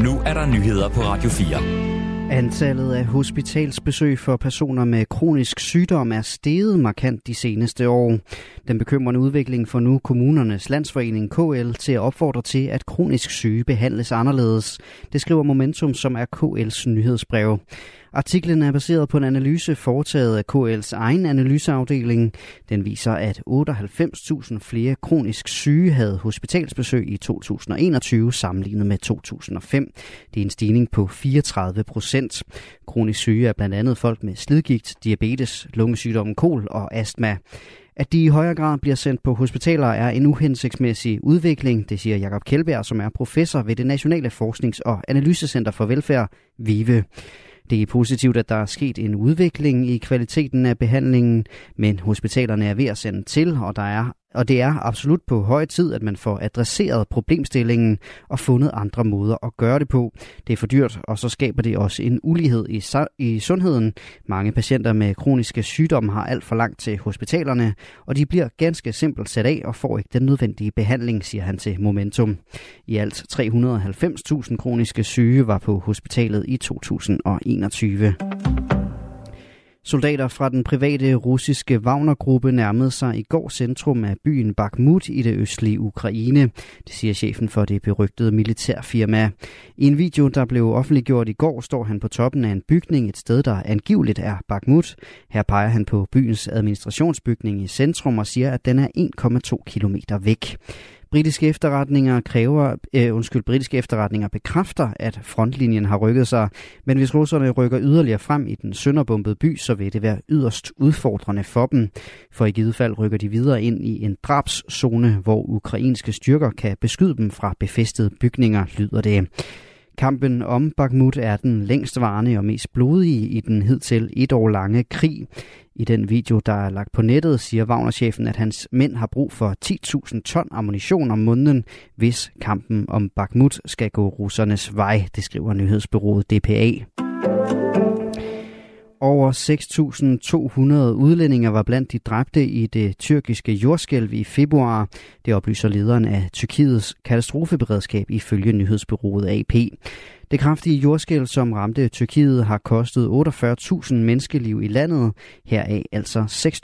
Nu er der nyheder på Radio 4. Antallet af hospitalsbesøg for personer med kronisk sygdom er steget markant de seneste år. Den bekymrende udvikling får nu Kommunernes Landsforening KL til at opfordre til, at kronisk syge behandles anderledes. Det skriver Momentum, som er KL's nyhedsbrev. Artiklen er baseret på en analyse foretaget af KL's egen analyseafdeling. Den viser, at 98.000 flere kronisk syge havde hospitalsbesøg i 2021 sammenlignet med 2005. Det er en stigning på 34%. Kronisk syge er blandt andet folk med slidgigt, diabetes, lungesygdommen kol og astma. At de i højere grad bliver sendt på hospitaler er en uhensigtsmæssig udvikling, det siger Jakob Kjeldberg, som er professor ved det Nationale Forsknings- og Analysecenter for Velfærd, VIVE. Det er positivt, at der er sket en udvikling i kvaliteten af behandlingen, men hospitalerne er ved at sende til, og det er absolut på høje tid, at man får adresseret problemstillingen og fundet andre måder at gøre det på. Det er for dyrt, og så skaber det også en ulighed i sundheden. Mange patienter med kroniske sygdomme har alt for langt til hospitalerne, og de bliver ganske simpelt sat af og får ikke den nødvendige behandling, siger han til Momentum. I alt 390.000 kroniske syge var på hospitalet i 2021. Soldater fra den private russiske Wagner-gruppe nærmede sig i går centrum af byen Bakhmut i det østlige Ukraine. Det siger chefen for det berygtede militærfirma. I en video, der blev offentliggjort i går, står han på toppen af en bygning et sted, der angiveligt er Bakhmut. Her peger han på byens administrationsbygning i centrum og siger, at den er 1,2 kilometer væk. Britiske efterretninger bekræfter, at frontlinjen har rykket sig, men hvis russerne rykker yderligere frem i den sønderbombede by, så vil det være yderst udfordrende for dem. For i givet fald rykker de videre ind i en drabszone, hvor ukrainske styrker kan beskyde dem fra befæstede bygninger, lyder det. Kampen om Bakhmut er den længstvarende og mest blodige i den hidtil 1 år lange krig. I den video, der er lagt på nettet, siger Wagner-chefen, at hans mænd har brug for 10.000 ton ammunition om måneden, hvis kampen om Bakhmut skal gå russernes vej, det skriver nyhedsbureauet DPA. Over 6.200 udlændinge var blandt de dræbte i det tyrkiske jordskælv i februar. Det oplyser lederen af Tyrkiets katastrofeberedskab ifølge nyhedsbureauet AP. Det kraftige jordskælv, som ramte Tyrkiet, har kostet 48.000 menneskeliv i landet. Heraf altså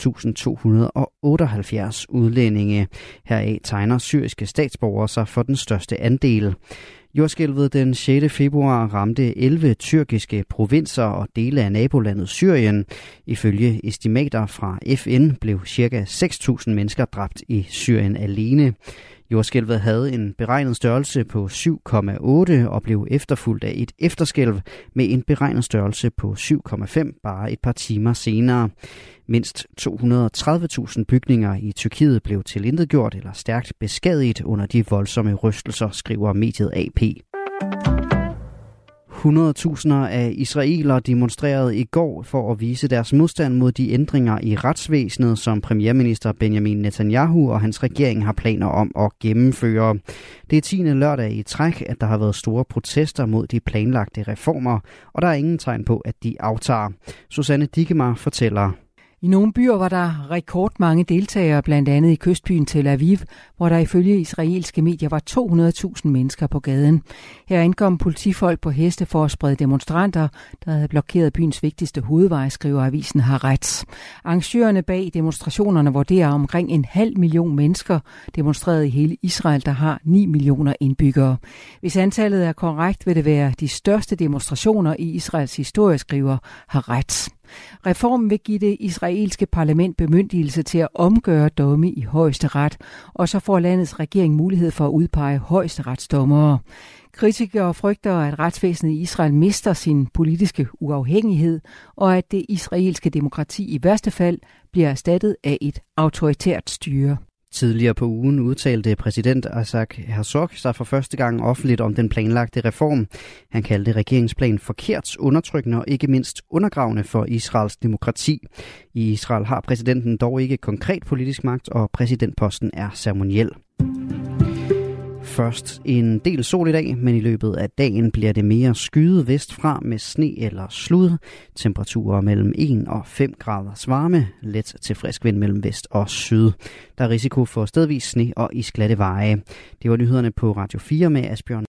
6.278 udlændinge. Heraf tegner syriske statsborgere sig for den største andel. Jordskælvet den 6. februar ramte 11 tyrkiske provinser og dele af nabolandet Syrien. Ifølge estimater fra FN blev ca. 6.000 mennesker dræbt i Syrien alene. Jordskælvet havde en beregnet størrelse på 7,8 og blev efterfulgt af et efterskælv med en beregnet størrelse på 7,5 bare et par timer senere. Mindst 230.000 bygninger i Tyrkiet blev tilintetgjort eller stærkt beskadiget under de voldsomme rystelser, skriver mediet AP. 100.000 af israelere demonstrerede i går for at vise deres modstand mod de ændringer i retsvæsenet, som premierminister Benjamin Netanyahu og hans regering har planer om at gennemføre. Det er 10. lørdag i træk, at der har været store protester mod de planlagte reformer, og der er ingen tegn på, at de aftager. Susanne Dikemar fortæller. I nogle byer var der rekordmange deltagere, blandt andet i kystbyen Tel Aviv, hvor der ifølge israelske medier var 200.000 mennesker på gaden. Her ankom politifolk på heste for at sprede demonstranter, der havde blokeret byens vigtigste hovedvej, skriver avisen Haaretz. Arrangørerne bag demonstrationerne vurderer omkring 500.000 mennesker demonstreret i hele Israel, der har 9 millioner indbyggere. Hvis antallet er korrekt, vil det være de største demonstrationer i Israels historie, skriver Haaretz. Reformen vil give det israelske parlament bemyndigelse til at omgøre domme i højesteret, og så får landets regering mulighed for at udpege højesteretsdommere. Kritikere frygter, at retsvæsenet i Israel mister sin politiske uafhængighed, og at det israelske demokrati i værste fald bliver erstattet af et autoritært styre. Tidligere på ugen udtalte præsident Isaac Herzog sig for første gang offentligt om den planlagte reform. Han kaldte regeringsplan forkert, undertrykkende og ikke mindst undergravende for Israels demokrati. I Israel har præsidenten dog ikke konkret politisk magt, og præsidentposten er ceremoniel. Først en del sol i dag, men i løbet af dagen bliver det mere skyet vestfra med sne eller slud. Temperaturer mellem 1 og 5 graders varme, let til frisk vind mellem vest og syd. Der er risiko for stedvis sne og isglatte veje. Det var nyhederne på Radio 4 med Asbjørn.